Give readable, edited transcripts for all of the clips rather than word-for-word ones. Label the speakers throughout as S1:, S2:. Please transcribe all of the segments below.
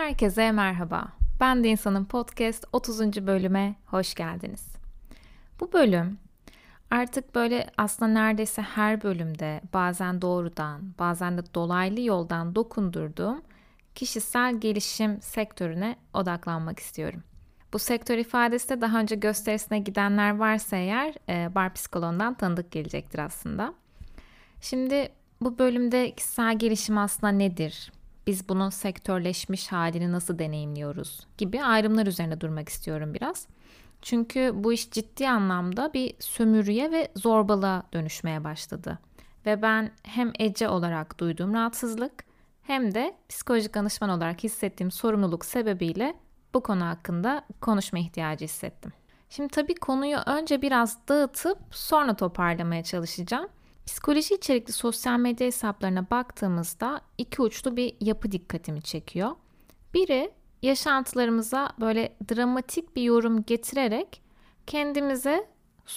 S1: Herkese merhaba. Ben de İnsan'ın Podcast 30. bölüme hoş geldiniz. Bu bölüm artık böyle aslında neredeyse her bölümde bazen doğrudan, bazen de dolaylı yoldan dokundurduğum kişisel gelişim sektörüne odaklanmak istiyorum. Bu sektör ifadesi de daha önce gösterisine gidenler varsa eğer bar psikoloğundan tanıdık gelecektir aslında. Şimdi bu bölümde kişisel gelişim aslında nedir? Biz bunun sektörleşmiş halini nasıl deneyimliyoruz gibi ayrımlar üzerine durmak istiyorum biraz. Çünkü bu iş ciddi anlamda bir sömürüye ve zorbalığa dönüşmeye başladı. Ve ben hem Ece olarak duyduğum rahatsızlık hem de psikolojik danışman olarak hissettiğim sorumluluk sebebiyle bu konu hakkında konuşma ihtiyacı hissettim. Şimdi tabii konuyu önce biraz dağıtıp sonra toparlamaya çalışacağım. Psikoloji içerikli sosyal medya hesaplarına baktığımızda iki uçlu bir yapı dikkatimi çekiyor. Biri yaşantılarımıza böyle dramatik bir yorum getirerek kendimize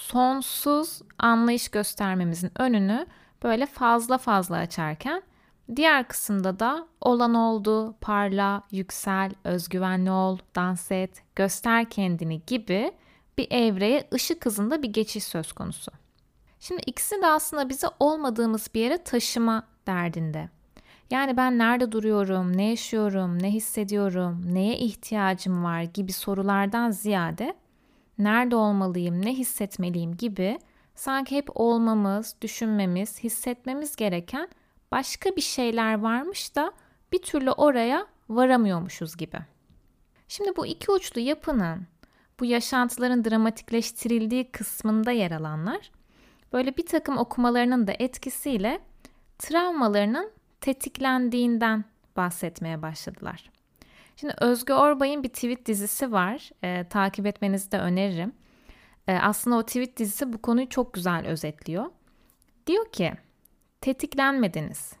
S1: sonsuz anlayış göstermemizin önünü böyle fazla fazla açarken diğer kısımda da olan oldu, parla, yüksel, özgüvenli ol, dans et, göster kendini gibi bir evreye ışık hızında bir geçiş söz konusu. Şimdi ikisi de aslında bizi olmadığımız bir yere taşıma derdinde. Yani ben nerede duruyorum, ne yaşıyorum, ne hissediyorum, neye ihtiyacım var gibi sorulardan ziyade nerede olmalıyım, ne hissetmeliyim gibi sanki hep olmamız, düşünmemiz, hissetmemiz gereken başka bir şeyler varmış da bir türlü oraya varamıyormuşuz gibi. Şimdi bu iki uçlu yapının, bu yaşantıların dramatikleştirildiği kısmında yer alanlar böyle bir takım okumalarının da etkisiyle travmalarının tetiklendiğinden bahsetmeye başladılar. Şimdi Özge Orbay'ın bir tweet dizisi var. Takip etmenizi de öneririm. Aslında o tweet dizisi bu konuyu çok güzel özetliyor. Diyor ki, tetiklenmediniz.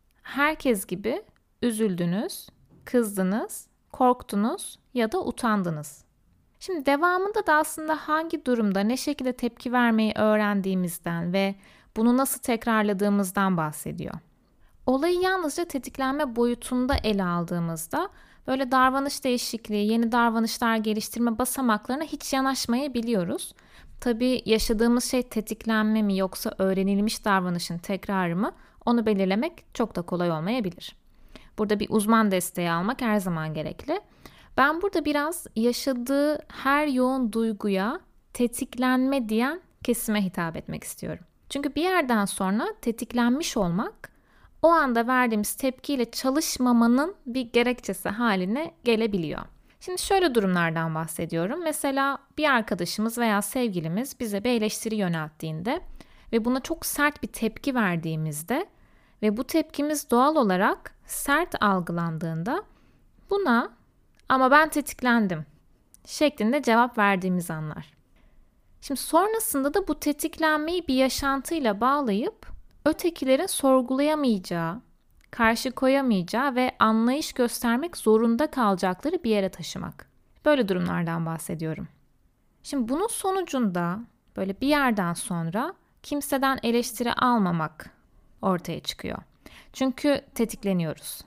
S1: Herkes gibi üzüldünüz, kızdınız, korktunuz ya da utandınız. Şimdi devamında da aslında hangi durumda ne şekilde tepki vermeyi öğrendiğimizden ve bunu nasıl tekrarladığımızdan bahsediyor. Olayı yalnızca tetiklenme boyutunda ele aldığımızda böyle davranış değişikliği, yeni davranışlar geliştirme basamaklarına hiç yanaşmayabiliyoruz. Tabii yaşadığımız şey tetiklenme mi yoksa öğrenilmiş davranışın tekrarı mı onu belirlemek çok da kolay olmayabilir. Burada bir uzman desteği almak her zaman gerekli. Ben burada biraz yaşadığı her yoğun duyguya tetiklenme diyen kesime hitap etmek istiyorum. Çünkü bir yerden sonra tetiklenmiş olmak o anda verdiğimiz tepkiyle çalışmamanın bir gerekçesi haline gelebiliyor. Şimdi şöyle durumlardan bahsediyorum. Mesela bir arkadaşımız veya sevgilimiz bize bir eleştiri yönelttiğinde ve buna çok sert bir tepki verdiğimizde ve bu tepkimiz doğal olarak sert algılandığında buna "ama ben tetiklendim" şeklinde cevap verdiğimiz anlar. Şimdi sonrasında da bu tetiklenmeyi bir yaşantıyla bağlayıp ötekilerin sorgulayamayacağı, karşı koyamayacağı ve anlayış göstermek zorunda kalacakları bir yere taşımak. Böyle durumlardan bahsediyorum. Şimdi bunun sonucunda böyle bir yerden sonra kimseden eleştiri almamak ortaya çıkıyor. Çünkü tetikleniyoruz.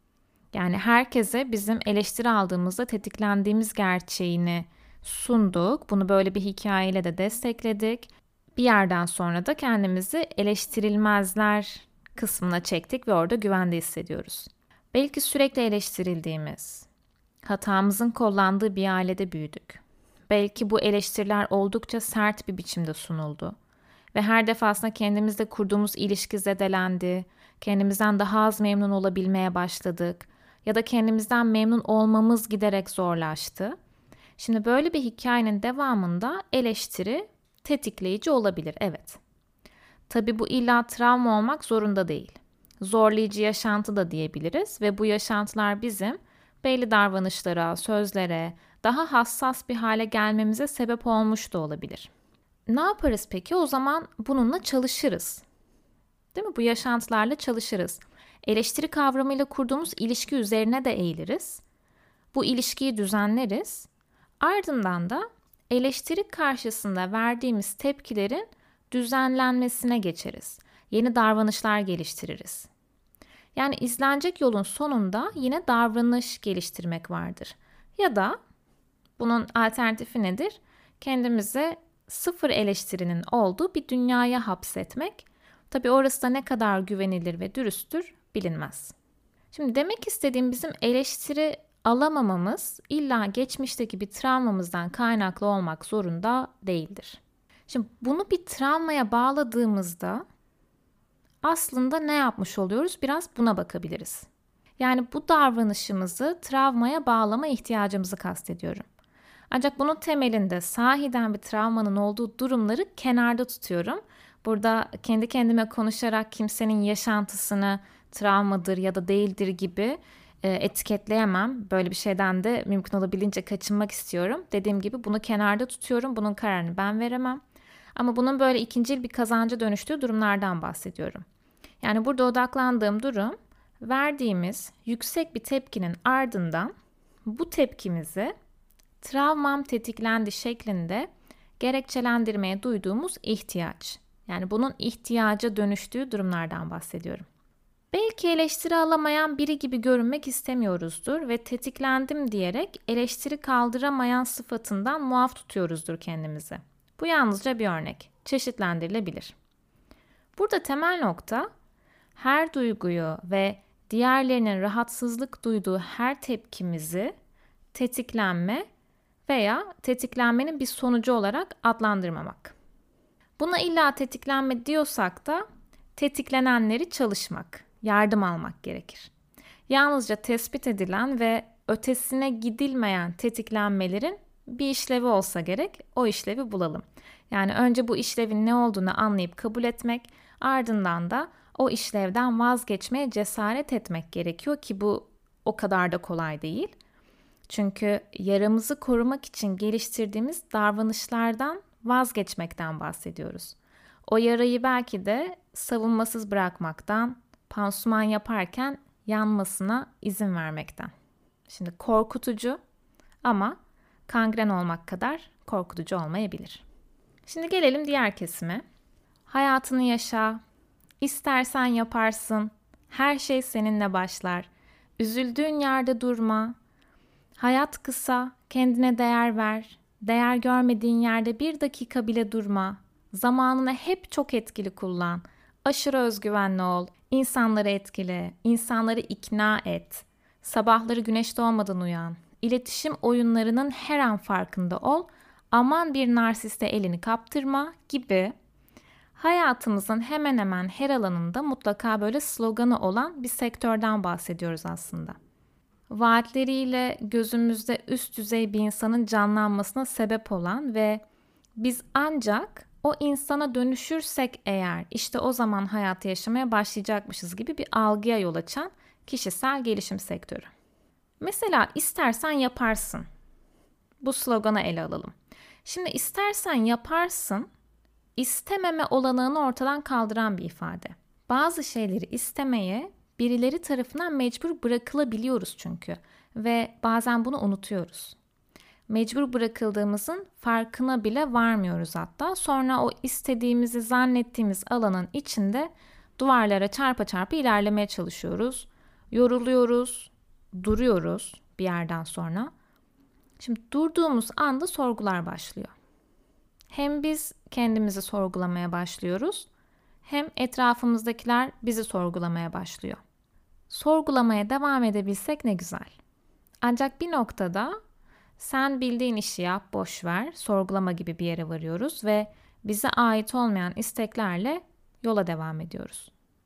S1: Yani herkese bizim eleştiri aldığımızda tetiklendiğimiz gerçeğini sunduk. Bunu böyle bir hikayeyle de destekledik. Bir yerden sonra da kendimizi eleştirilmezler kısmına çektik ve orada güvende hissediyoruz. Belki sürekli eleştirildiğimiz, hatamızın kollandığı bir ailede büyüdük. Belki bu eleştiriler oldukça sert bir biçimde sunuldu. Ve her defasında kendimizle kurduğumuz ilişki zedelendi, kendimizden daha az memnun olabilmeye başladık ya da kendimizden memnun olmamız giderek zorlaştı. Şimdi böyle bir hikayenin devamında eleştiri tetikleyici olabilir, evet. Tabii bu illa travma olmak zorunda değil. Zorlayıcı yaşantı da diyebiliriz ve bu yaşantılar bizim belli davranışlara, sözlere daha hassas bir hale gelmemize sebep olmuş da olabilir. Ne yaparız peki? O zaman bununla çalışırız. Değil mi? Bu yaşantılarla çalışırız. Eleştiri kavramıyla kurduğumuz ilişki üzerine de eğiliriz. Bu ilişkiyi düzenleriz. Ardından da eleştiri karşısında verdiğimiz tepkilerin düzenlenmesine geçeriz. Yeni davranışlar geliştiririz. Yani izlenecek yolun sonunda yine davranış geliştirmek vardır. Ya da bunun alternatifi nedir? Kendimizi sıfır eleştirinin olduğu bir dünyaya hapsetmek. Tabii orası da ne kadar güvenilir ve dürüsttür bilinmez. Şimdi demek istediğim bizim eleştiri alamamamız illa geçmişteki bir travmamızdan kaynaklı olmak zorunda değildir. Şimdi bunu bir travmaya bağladığımızda aslında ne yapmış oluyoruz? Biraz buna bakabiliriz. Yani bu davranışımızı travmaya bağlama ihtiyacımızı kastediyorum. Ancak bunun temelinde sahiden bir travmanın olduğu durumları kenarda tutuyorum. Burada kendi kendime konuşarak kimsenin yaşantısını travmadır ya da değildir gibi etiketleyemem. Böyle bir şeyden de mümkün olabildiğince kaçınmak istiyorum. Dediğim gibi bunu kenarda tutuyorum. Bunun kararını ben veremem. Ama bunun böyle ikincil bir kazanca dönüştüğü durumlardan bahsediyorum. Yani burada odaklandığım durum verdiğimiz yüksek bir tepkinin ardından bu tepkimizi travmam tetiklendi şeklinde gerekçelendirmeye duyduğumuz ihtiyaç. Yani bunun ihtiyaca dönüştüğü durumlardan bahsediyorum. Belki eleştiri alamayan biri gibi görünmek istemiyoruzdur ve tetiklendim diyerek eleştiri kaldıramayan sıfatından muaf tutuyoruzdur kendimizi. Bu yalnızca bir örnek. Çeşitlendirilebilir. Burada temel nokta her duyguyu ve diğerlerinin rahatsızlık duyduğu her tepkimizi tetiklenme veya tetiklenmenin bir sonucu olarak adlandırmamak. Buna illa tetiklenme diyorsak da tetiklenenleri çalışmak, yardım almak gerekir. Yalnızca tespit edilen ve ötesine gidilmeyen tetiklenmelerin bir işlevi olsa gerek, o işlevi bulalım. Yani önce bu işlevin ne olduğunu anlayıp kabul etmek, ardından da o işlevden vazgeçmeye cesaret etmek gerekiyor ki bu o kadar da kolay değil. Çünkü yaramızı korumak için geliştirdiğimiz davranışlardan vazgeçmekten bahsediyoruz. O yarayı belki de savunmasız bırakmaktan, pansuman yaparken yanmasına izin vermekten. Şimdi korkutucu ama kangren olmak kadar korkutucu olmayabilir. Şimdi gelelim diğer kesime. Hayatını yaşa, istersen yaparsın, her şey seninle başlar. Üzüldüğün yerde durma. Hayat kısa, kendine değer ver. Değer görmediğin yerde bir dakika bile durma. Zamanını hep çok etkili kullan. Aşırı özgüvenli ol. İnsanları etkile. İnsanları ikna et. Sabahları güneş doğmadan uyan. İletişim oyunlarının her an farkında ol. Aman bir narsiste elini kaptırma gibi hayatımızın hemen hemen her alanında mutlaka böyle sloganı olan bir sektörden bahsediyoruz aslında. Vaatleriyle gözümüzde üst düzey bir insanın canlanmasına sebep olan ve biz ancak o insana dönüşürsek eğer işte o zaman hayatı yaşamaya başlayacakmışız gibi bir algıya yol açan kişisel gelişim sektörü. Mesela istersen yaparsın. Bu sloganı ele alalım. Şimdi istersen yaparsın, istememe olanağını ortadan kaldıran bir ifade. Bazı şeyleri istemeye birileri tarafından mecbur bırakılabiliyoruz çünkü ve bazen bunu unutuyoruz. Mecbur bırakıldığımızın farkına bile varmıyoruz hatta. Sonra o istediğimizi zannettiğimiz alanın içinde duvarlara çarpa çarpa ilerlemeye çalışıyoruz. Yoruluyoruz, duruyoruz bir yerden sonra. Şimdi durduğumuz anda sorgular başlıyor. Hem biz kendimizi sorgulamaya başlıyoruz, hem etrafımızdakiler bizi sorgulamaya başlıyor. Sorgulamaya devam edebilsek ne güzel. Ancak bir noktada sen bildiğin işi yap, boş ver, sorgulama gibi bir yere varıyoruz ve bize ait olmayan isteklerle yola devam ediyoruz.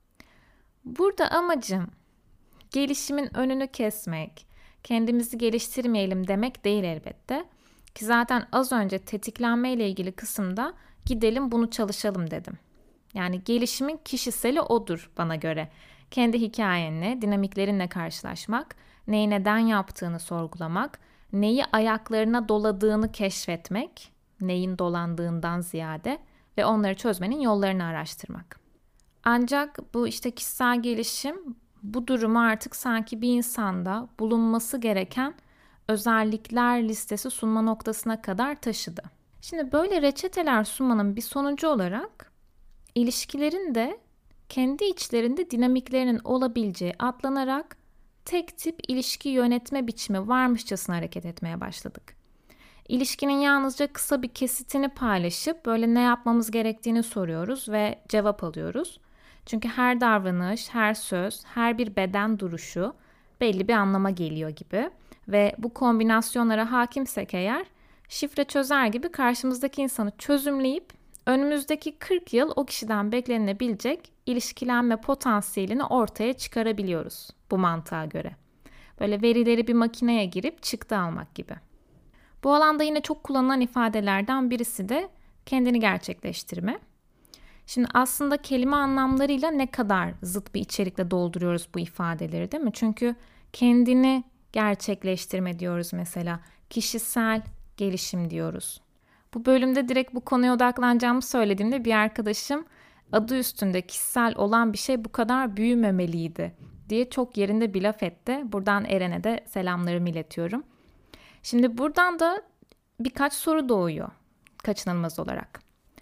S1: Burada amacım gelişimin önünü kesmek, kendimizi geliştirmeyelim demek değil elbette. Ki zaten az önce tetiklenme ile ilgili kısımda gidelim bunu çalışalım dedim. Yani gelişimin kişiseli odur bana göre. Kendi hikayenle, dinamiklerinle karşılaşmak, neyi neden yaptığını sorgulamak, neyi ayaklarına doladığını keşfetmek, neyin dolandığından ziyade ve onları çözmenin yollarını araştırmak. Ancak bu işte kişisel gelişim bu durumu artık sanki bir insanda bulunması gereken özellikler listesi sunma noktasına kadar taşıdı. Şimdi böyle reçeteler sunmanın bir sonucu olarak ilişkilerin de kendi içlerinde dinamiklerinin olabileceği atlanarak tek tip ilişki yönetme biçimi varmışçasına hareket etmeye başladık. İlişkinin yalnızca kısa bir kesitini paylaşıp böyle ne yapmamız gerektiğini soruyoruz ve cevap alıyoruz. Çünkü her davranış, her söz, her bir beden duruşu belli bir anlama geliyor gibi ve bu kombinasyonlara hakimsek eğer şifre çözer gibi karşımızdaki insanı çözümleyip önümüzdeki 40 yıl o kişiden beklenilebilecek ilişkilenme potansiyelini ortaya çıkarabiliyoruz bu mantığa göre. Böyle verileri bir makineye girip çıktı almak gibi. Bu alanda yine çok kullanılan ifadelerden birisi de kendini gerçekleştirme. Şimdi aslında kelime anlamlarıyla ne kadar zıt bir içerikle dolduruyoruz bu ifadeleri, değil mi? Çünkü kendini gerçekleştirme diyoruz mesela. Kişisel gelişim diyoruz. Bu bölümde direkt bu konuya odaklanacağımı söylediğimde bir arkadaşım adı üstünde kişisel olan bir şey bu kadar büyümemeliydi diye çok yerinde bir laf etti. Buradan Eren'e de selamlarımı iletiyorum. Şimdi buradan da birkaç soru doğuyor kaçınılmaz olarak.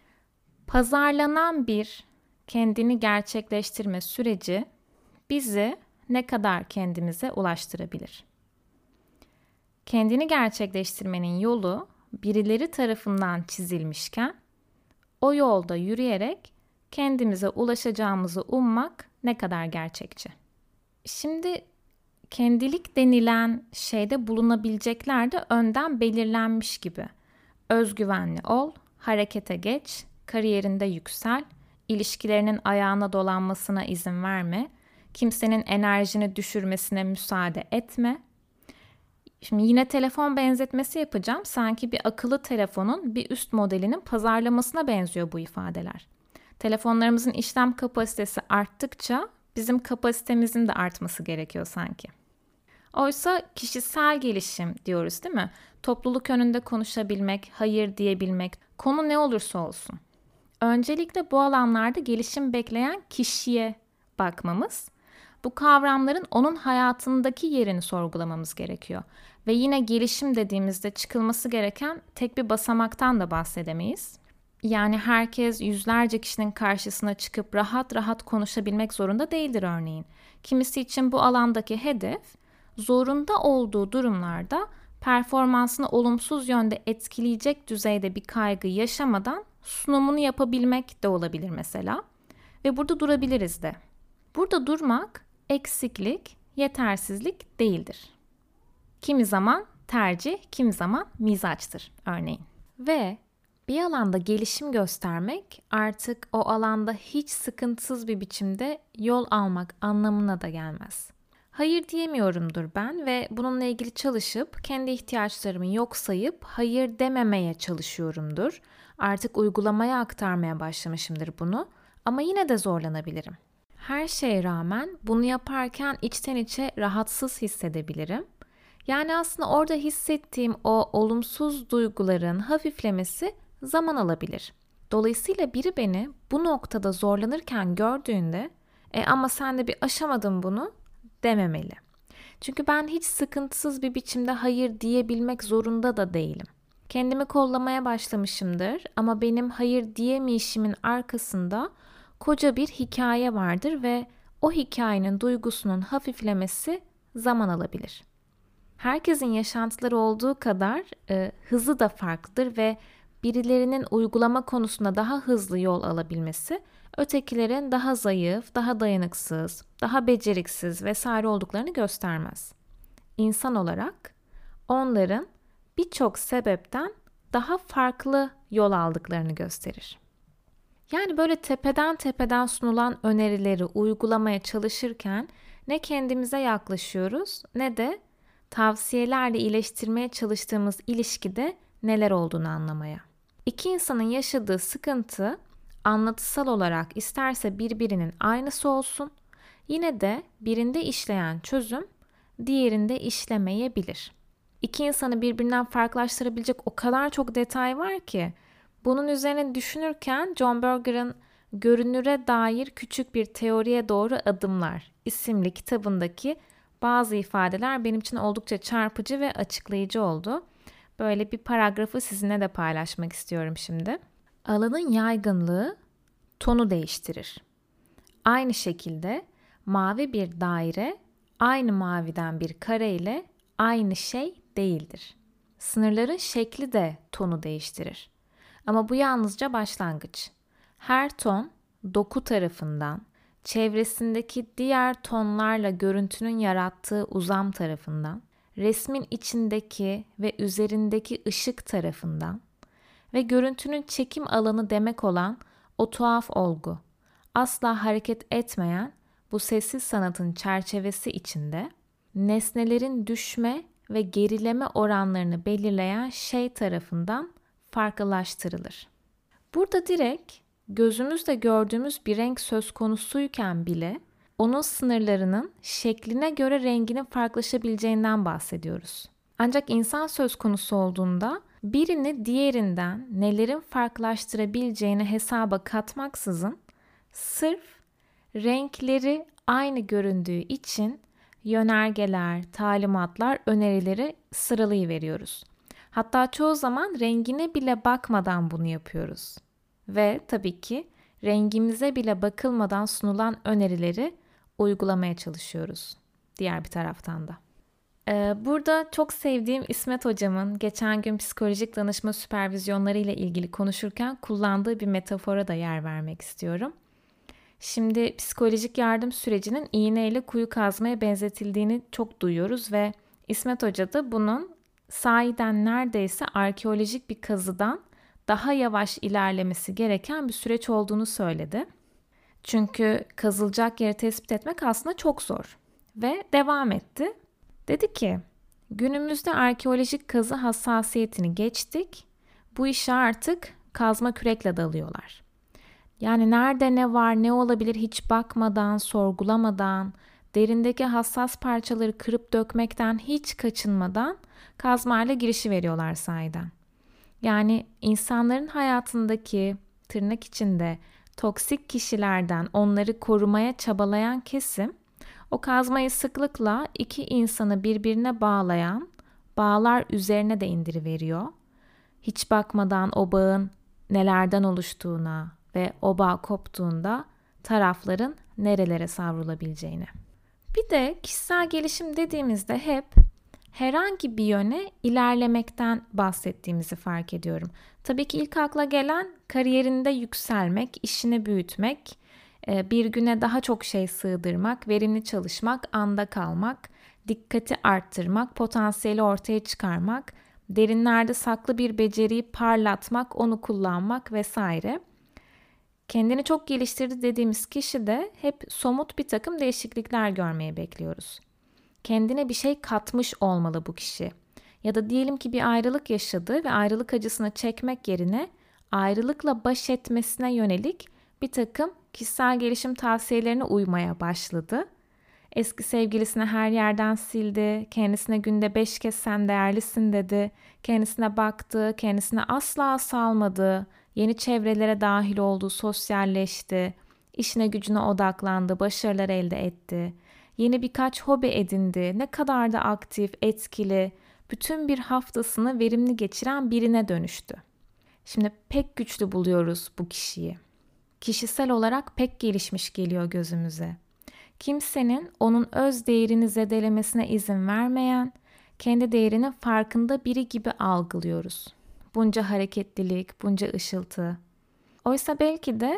S1: Pazarlanan bir kendini gerçekleştirme süreci bizi ne kadar kendimize ulaştırabilir? Kendini gerçekleştirmenin yolu birileri tarafından çizilmişken o yolda yürüyerek kendimize ulaşacağımızı ummak ne kadar gerçekçi? Şimdi kendilik denilen şeyde bulunabilecekler de önden belirlenmiş gibi. Özgüvenli ol, harekete geç, kariyerinde yüksel, ilişkilerinin ayağına dolanmasına izin verme, kimsenin enerjini düşürmesine müsaade etme. Şimdi yine telefon benzetmesi yapacağım. Sanki bir akıllı telefonun bir üst modelinin pazarlamasına benziyor bu ifadeler. Telefonlarımızın işlem kapasitesi arttıkça bizim kapasitemizin de artması gerekiyor sanki. Oysa kişisel gelişim diyoruz, değil mi? Topluluk önünde konuşabilmek, hayır diyebilmek, konu ne olursa olsun. Öncelikle bu alanlarda gelişim bekleyen kişiye bakmamız, bu kavramların onun hayatındaki yerini sorgulamamız gerekiyor. Ve yine gelişim dediğimizde çıkılması gereken tek bir basamaktan da bahsedemeyiz. Yani herkes yüzlerce kişinin karşısına çıkıp rahat rahat konuşabilmek zorunda değildir örneğin. Kimisi için bu alandaki hedef, zorunda olduğu durumlarda performansını olumsuz yönde etkileyecek düzeyde bir kaygı yaşamadan sunumunu yapabilmek de olabilir mesela. Ve burada durabiliriz de. Burada durmak eksiklik, yetersizlik değildir. Kimi zaman tercih, kimi zaman mizaçtır örneğin. Ve bir alanda gelişim göstermek artık o alanda hiç sıkıntısız bir biçimde yol almak anlamına da gelmez. Hayır diyemiyorumdur ben ve bununla ilgili çalışıp kendi ihtiyaçlarımı yok sayıp hayır dememeye çalışıyorumdur. Artık uygulamaya aktarmaya başlamışımdır bunu ama yine de zorlanabilirim. Her şeye rağmen bunu yaparken içten içe rahatsız hissedebilirim. Yani aslında orada hissettiğim o olumsuz duyguların hafiflemesi zaman alabilir. Dolayısıyla biri beni bu noktada zorlanırken gördüğünde ama sen de bir aşamadın bunu dememeli. Çünkü ben hiç sıkıntısız bir biçimde hayır diyebilmek zorunda da değilim. Kendimi kollamaya başlamışımdır ama benim hayır diyemeyişimin arkasında koca bir hikaye vardır ve o hikayenin duygusunun hafiflemesi zaman alabilir. Herkesin yaşantıları olduğu kadar hızı da farklıdır ve birilerinin uygulama konusunda daha hızlı yol alabilmesi, ötekilerin daha zayıf, daha dayanıksız, daha beceriksiz vesaire olduklarını göstermez. İnsan olarak onların birçok sebepten daha farklı yol aldıklarını gösterir. Yani böyle tepeden sunulan önerileri uygulamaya çalışırken ne kendimize yaklaşıyoruz ne de tavsiyelerle iyileştirmeye çalıştığımız ilişkide neler olduğunu anlamaya. İki insanın yaşadığı sıkıntı anlatısal olarak isterse birbirinin aynısı olsun, yine de birinde işleyen çözüm diğerinde işlemeyebilir. İki insanı birbirinden farklılaştırabilecek o kadar çok detay var ki, bunun üzerine düşünürken John Berger'ın Görünüre Dair Küçük Bir Teoriye Doğru Adımlar isimli kitabındaki bazı ifadeler benim için oldukça çarpıcı ve açıklayıcı oldu. Böyle bir paragrafı sizinle de paylaşmak istiyorum şimdi. Alanın yaygınlığı tonu değiştirir. Aynı şekilde mavi bir daire aynı maviden bir kare ile aynı şey değildir. Sınırların şekli de tonu değiştirir. Ama bu yalnızca başlangıç. Her ton doku tarafından, çevresindeki diğer tonlarla görüntünün yarattığı uzam tarafından, resmin içindeki ve üzerindeki ışık tarafından ve görüntünün çekim alanı demek olan o tuhaf olgu, asla hareket etmeyen bu sessiz sanatın çerçevesi içinde nesnelerin düşme ve gerileme oranlarını belirleyen şey tarafından farklılaştırılır. Burada direkt gözümüzle gördüğümüz bir renk söz konusuyken bile onun sınırlarının şekline göre renginin farklılaşabileceğinden bahsediyoruz. Ancak insan söz konusu olduğunda birini diğerinden nelerin farklılaştırabileceğini hesaba katmaksızın sırf renkleri aynı göründüğü için yönergeler, talimatlar, önerileri sıralayıveriyoruz. Hatta çoğu zaman rengine bile bakmadan bunu yapıyoruz. Ve tabii ki rengimize bile bakılmadan sunulan önerileri uygulamaya çalışıyoruz. Diğer bir taraftan da. Burada çok sevdiğim İsmet Hocam'ın geçen gün psikolojik danışma süpervizyonları ile ilgili konuşurken kullandığı bir metafora da yer vermek istiyorum. Şimdi psikolojik yardım sürecinin iğneyle kuyu kazmaya benzetildiğini çok duyuyoruz ve İsmet Hoca da bunun sahiden neredeyse arkeolojik bir kazıdan daha yavaş ilerlemesi gereken bir süreç olduğunu söyledi. Çünkü kazılacak yeri tespit etmek aslında çok zor ve devam etti. Dedi ki, günümüzde arkeolojik kazı hassasiyetini geçtik, bu işe artık kazma kürekle dalıyorlar. Yani nerede ne var, ne olabilir hiç bakmadan, sorgulamadan, derindeki hassas parçaları kırıp dökmekten hiç kaçınmadan kazmayla girişi veriyorlar sahiden. Yani insanların hayatındaki tırnak içinde toksik kişilerden onları korumaya çabalayan kesim, o kazmayı sıklıkla iki insanı birbirine bağlayan bağlar üzerine de indiriveriyor. Hiç bakmadan o bağın nelerden oluştuğuna ve o bağ koptuğunda tarafların nerelere savrulabileceğini. Bir de kişisel gelişim dediğimizde hep herhangi bir yöne ilerlemekten bahsettiğimizi fark ediyorum. Tabii ki ilk akla gelen kariyerinde yükselmek, işini büyütmek, bir güne daha çok şey sığdırmak, verimli çalışmak, anda kalmak, dikkati arttırmak, potansiyeli ortaya çıkarmak, derinlerde saklı bir beceriyi parlatmak, onu kullanmak vesaire. Kendini çok geliştirdi dediğimiz kişi de hep somut bir takım değişiklikler görmeye bekliyoruz. Kendine bir şey katmış olmalı bu kişi. Ya da diyelim ki bir ayrılık yaşadı ve ayrılık acısını çekmek yerine ayrılıkla baş etmesine yönelik bir takım kişisel gelişim tavsiyelerine uymaya başladı. Eski sevgilisini her yerden sildi, kendisine günde 5 kez sen değerlisin dedi, kendisine baktı, kendisine asla salmadı, yeni çevrelere dahil oldu, sosyalleşti, işine gücüne odaklandı, başarılar elde etti. Yeni birkaç hobi edindi, ne kadar da aktif, etkili, bütün bir haftasını verimli geçiren birine dönüştü. Şimdi pek güçlü buluyoruz bu kişiyi. Kişisel olarak pek gelişmiş geliyor gözümüze. Kimsenin onun öz değerini zedelemesine izin vermeyen, kendi değerinin farkında biri gibi algılıyoruz. Bunca hareketlilik, bunca ışıltı. Oysa belki de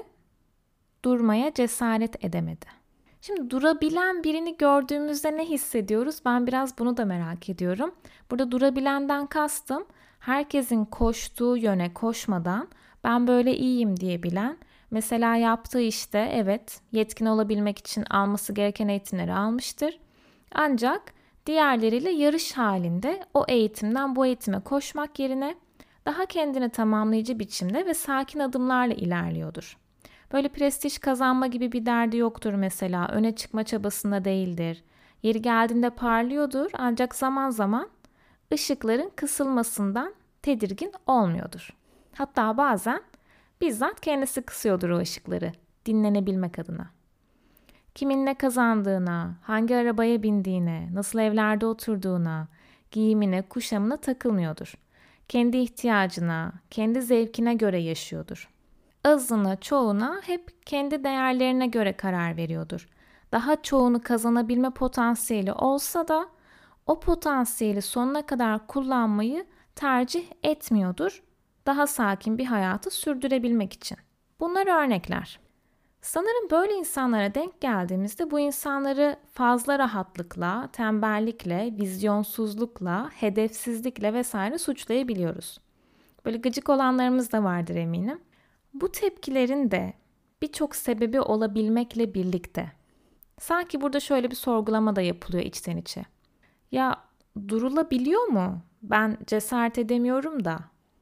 S1: durmaya cesaret edemedi. Şimdi durabilen birini gördüğümüzde ne hissediyoruz? Ben biraz bunu da merak ediyorum. Burada durabilenden kastım herkesin koştuğu yöne koşmadan ben böyle iyiyim diyebilen, mesela yaptığı işte evet yetkin olabilmek için alması gereken eğitimleri almıştır. Ancak diğerleriyle yarış halinde o eğitimden bu eğitime koşmak yerine daha kendini tamamlayıcı biçimde ve sakin adımlarla ilerliyordur. Böyle prestij kazanma gibi bir derdi yoktur mesela, öne çıkma çabasında değildir. Yeri geldiğinde parlıyordur ancak zaman zaman ışıkların kısılmasından tedirgin olmuyordur. Hatta bazen bizzat kendisi kısıyordur o ışıkları dinlenebilmek adına. Kimin ne kazandığına, hangi arabaya bindiğine, nasıl evlerde oturduğuna, giyimine, kuşamına takılmıyordur. Kendi ihtiyacına, kendi zevkine göre yaşıyordur. azına çoğuna hep kendi değerlerine göre karar veriyordur. Daha çoğunu kazanabilme potansiyeli olsa da o potansiyeli sonuna kadar kullanmayı tercih etmiyordur. Daha sakin bir hayatı sürdürebilmek için. Bunlar örnekler. Sanırım böyle insanlara denk geldiğimizde bu insanları fazla rahatlıkla, tembellikle, vizyonsuzlukla, hedefsizlikle vesaire suçlayabiliyoruz. Böyle gıcık olanlarımız da vardır eminim. Bu tepkilerin de birçok sebebi olabilmekle birlikte sanki burada şöyle bir sorgulama da yapılıyor içten içe. Ya durulabiliyor mu? Ben cesaret edemiyorum da.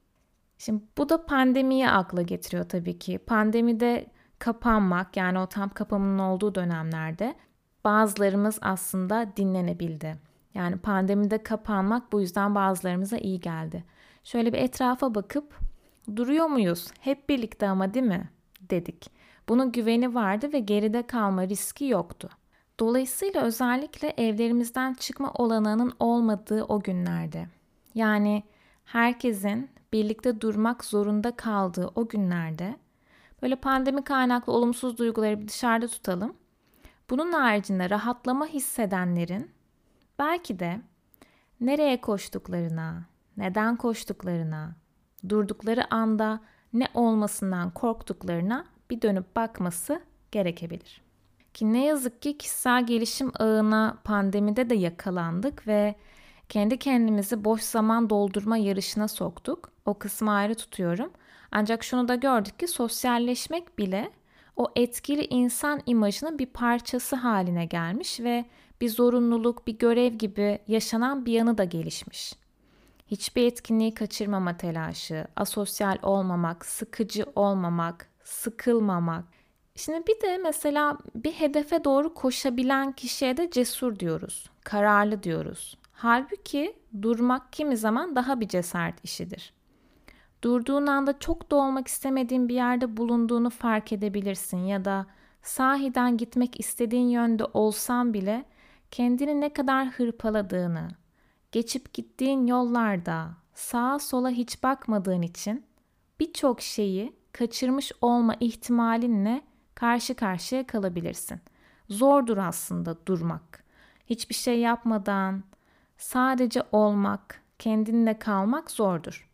S1: Şimdi bu da pandemiyi akla getiriyor tabii ki. Pandemide kapanmak, yani o tam kapanmanın olduğu dönemlerde bazılarımız aslında dinlenebildi. Yani pandemide kapanmak bu yüzden bazılarımıza iyi geldi. Şöyle bir etrafa bakıp duruyor muyuz? Hep birlikte ama değil mi? Dedik. Bunun güveni vardı ve geride kalma riski yoktu. Dolayısıyla özellikle evlerimizden çıkma olanağının olmadığı o günlerde, yani herkesin birlikte durmak zorunda kaldığı o günlerde böyle pandemi kaynaklı olumsuz duyguları bir dışarıda tutalım. Bunun haricinde rahatlama hissedenlerin belki de nereye koştuklarına, neden koştuklarına, durdukları anda ne olmasından korktuklarına bir dönüp bakması gerekebilir. Ki ne yazık ki kişisel gelişim ağına pandemide de yakalandık ve kendi kendimizi boş zaman doldurma yarışına soktuk. O kısmı ayrı tutuyorum. Ancak şunu da gördük ki sosyalleşmek bile o etkili insan imajının bir parçası haline gelmiş ve bir zorunluluk, bir görev gibi yaşanan bir yanı da gelişmiş. Hiçbir etkinliği kaçırmama telaşı, asosyal olmamak, sıkıcı olmamak, sıkılmamak. Şimdi bir de mesela bir hedefe doğru koşabilen kişiye de cesur diyoruz, kararlı diyoruz. Halbuki durmak kimi zaman daha bir cesaret işidir. Durduğun anda çok da olmak istemediğin bir yerde bulunduğunu fark edebilirsin ya da sahiden gitmek istediğin yönde olsan bile kendini ne kadar hırpaladığını, geçip gittiğin yollarda sağa sola hiç bakmadığın için birçok şeyi kaçırmış olma ihtimalinle karşı karşıya kalabilirsin. Zordur aslında durmak. Hiçbir şey yapmadan sadece olmak, kendinle kalmak zordur.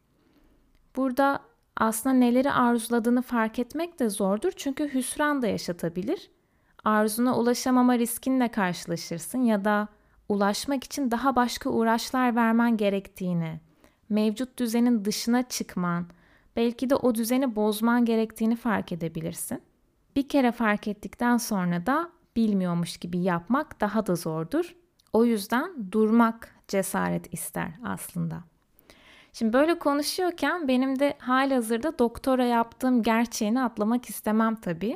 S1: Burada aslında neleri arzuladığını fark etmek de zordur çünkü hüsran da yaşatabilir. Arzuna ulaşamama riskinle karşılaşırsın ya da ulaşmak için daha başka uğraşlar vermen gerektiğini, mevcut düzenin dışına çıkman, belki de o düzeni bozman gerektiğini fark edebilirsin. Bir kere fark ettikten sonra da bilmiyormuş gibi yapmak daha da zordur. O yüzden durmak cesaret ister aslında. Şimdi böyle konuşuyorken benim de halihazırda doktora yaptığım gerçeğini atlamak istemem tabii.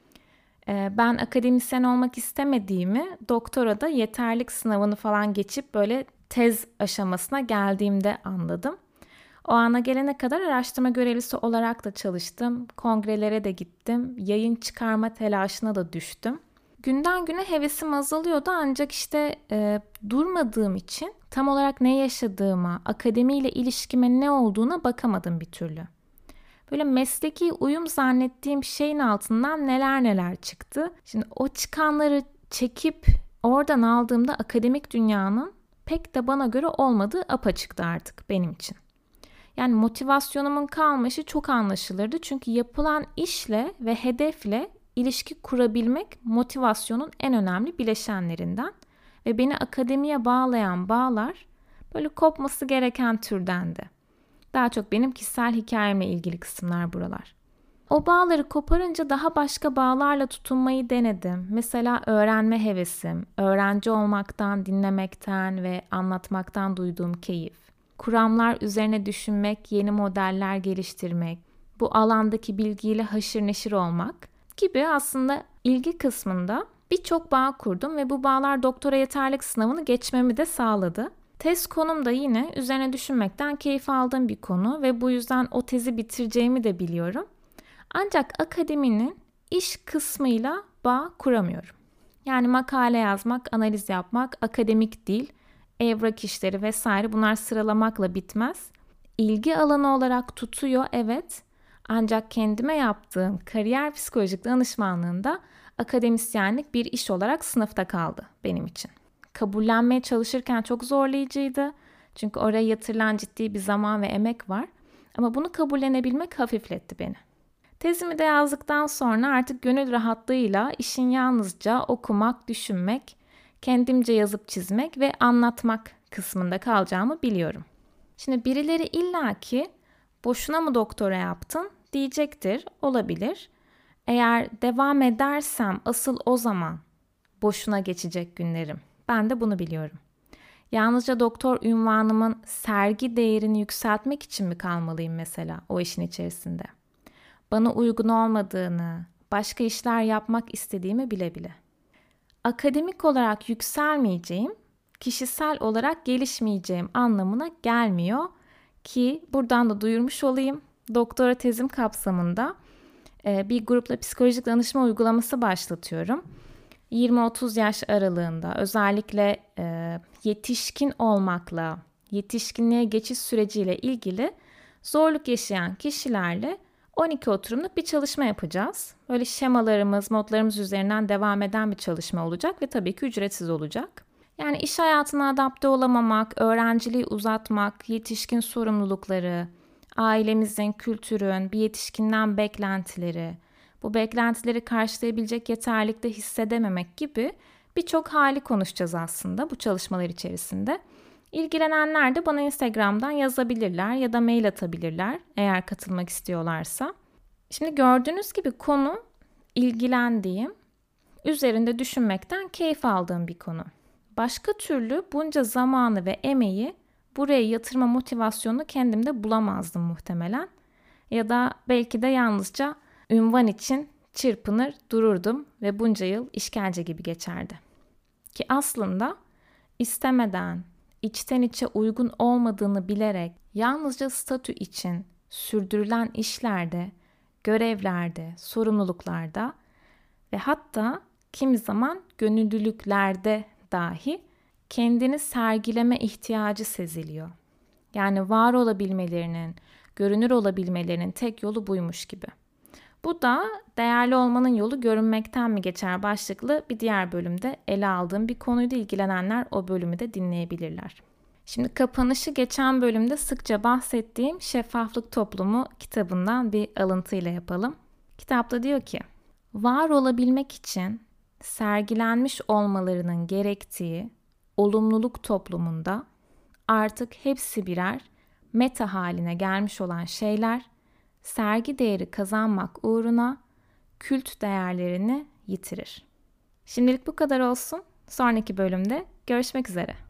S1: Ben akademisyen olmak istemediğimi doktorada yeterlik sınavını falan geçip böyle tez aşamasına geldiğimde anladım. O ana gelene kadar araştırma görevlisi olarak da çalıştım. Kongrelere de gittim. Yayın çıkarma telaşına da düştüm. Günden güne hevesim azalıyordu ancak durmadığım için tam olarak ne yaşadığıma, akademiyle ilişkime ne olduğuna bakamadım bir türlü. Böyle mesleki uyum zannettiğim şeyin altından neler neler çıktı. Şimdi o çıkanları çekip oradan aldığımda akademik dünyanın pek de bana göre olmadığı apaçıktı artık benim için. Yani motivasyonumun kalması çok anlaşılırdı. Çünkü yapılan işle ve hedefle ilişki kurabilmek motivasyonun en önemli bileşenlerinden. Ve beni akademiye bağlayan bağlar böyle kopması gereken türdendi. Daha çok benim kişisel hikayemle ilgili kısımlar buralar. O bağları koparınca daha başka bağlarla tutunmayı denedim. Mesela öğrenme hevesim, öğrenci olmaktan, dinlemekten ve anlatmaktan duyduğum keyif. Kuramlar üzerine düşünmek, yeni modeller geliştirmek, bu alandaki bilgiyle haşır neşir olmak gibi aslında ilgi kısmında birçok bağ kurdum ve bu bağlar doktora yeterlik sınavını geçmemi de sağladı. Tez konum da yine üzerine düşünmekten keyif aldığım bir konu ve bu yüzden o tezi bitireceğimi de biliyorum. Ancak akademinin iş kısmıyla bağ kuramıyorum. Yani makale yazmak, analiz yapmak akademik değil, evrak işleri vesaire bunlar sıralamakla bitmez. İlgi alanı olarak tutuyor evet Ancak kendime yaptığım kariyer psikolojik danışmanlığında akademisyenlik bir iş olarak sınıfta kaldı benim için. Kabullenmeye çalışırken çok zorlayıcıydı. Çünkü oraya yatırılan ciddi bir zaman ve emek var. Ama bunu kabullenebilmek hafifletti beni. Tezimi de yazdıktan sonra artık gönül rahatlığıyla işin yalnızca okumak, düşünmek, kendimce yazıp çizmek ve anlatmak kısmında kalacağımı biliyorum. Şimdi birileri illaki boşuna mı doktora yaptın diyecektir, olabilir. Eğer devam edersem asıl o zaman boşuna geçecek günlerim. Ben de bunu biliyorum. Yalnızca doktor unvanımın sergi değerini yükseltmek için mi kalmalıyım mesela o işin içerisinde? Bana uygun olmadığını, başka işler yapmak istediğimi bile bile. Akademik olarak yükselmeyeceğim, kişisel olarak gelişmeyeceğim anlamına gelmiyor ki buradan da duyurmuş olayım. Doktora tezim kapsamında bir grupla psikolojik danışma uygulaması başlatıyorum. 20-30 yaş aralığında özellikle yetişkin olmakla, yetişkinliğe geçiş süreciyle ilgili zorluk yaşayan kişilerle 12 oturumluk bir çalışma yapacağız. Böyle şemalarımız, modlarımız üzerinden devam eden bir çalışma olacak ve tabii ki ücretsiz olacak. Yani iş hayatına adapte olamamak, öğrenciliği uzatmak, yetişkin sorumlulukları, ailemizin, kültürün, bir yetişkinden beklentileri, bu beklentileri karşılayabilecek yeterlilikte hissedememek gibi birçok hali konuşacağız aslında bu çalışmalar içerisinde. İlgilenenler de bana Instagram'dan yazabilirler ya da mail atabilirler eğer katılmak istiyorlarsa. Şimdi gördüğünüz gibi konu ilgilendiğim, üzerinde düşünmekten keyif aldığım bir konu. Başka türlü bunca zamanı ve emeği buraya yatırma motivasyonunu kendimde bulamazdım muhtemelen. Ya da belki de yalnızca ünvan için çırpınır dururdum ve bunca yıl işkence gibi geçerdi. Ki aslında istemeden, içten içe uygun olmadığını bilerek yalnızca statü için sürdürülen işlerde, görevlerde, sorumluluklarda ve hatta kimi zaman gönüllülüklerde dahi kendini sergileme ihtiyacı seziliyor. Yani var olabilmelerinin, görünür olabilmelerinin tek yolu buymuş gibi. Bu da değerli olmanın yolu görünmekten mi geçer başlıklı bir diğer bölümde ele aldığım bir konuyla ilgilenenler o bölümü de dinleyebilirler. Şimdi kapanışı geçen bölümde sıkça bahsettiğim Şeffaflık Toplumu kitabından bir alıntıyla yapalım. Kitapta diyor ki, var olabilmek için sergilenmiş olmalarının gerektiği olumluluk toplumunda artık hepsi birer meta haline gelmiş olan şeyler sergi değeri kazanmak uğruna kült değerlerini yitirir. Şimdilik bu kadar olsun. Sonraki bölümde görüşmek üzere.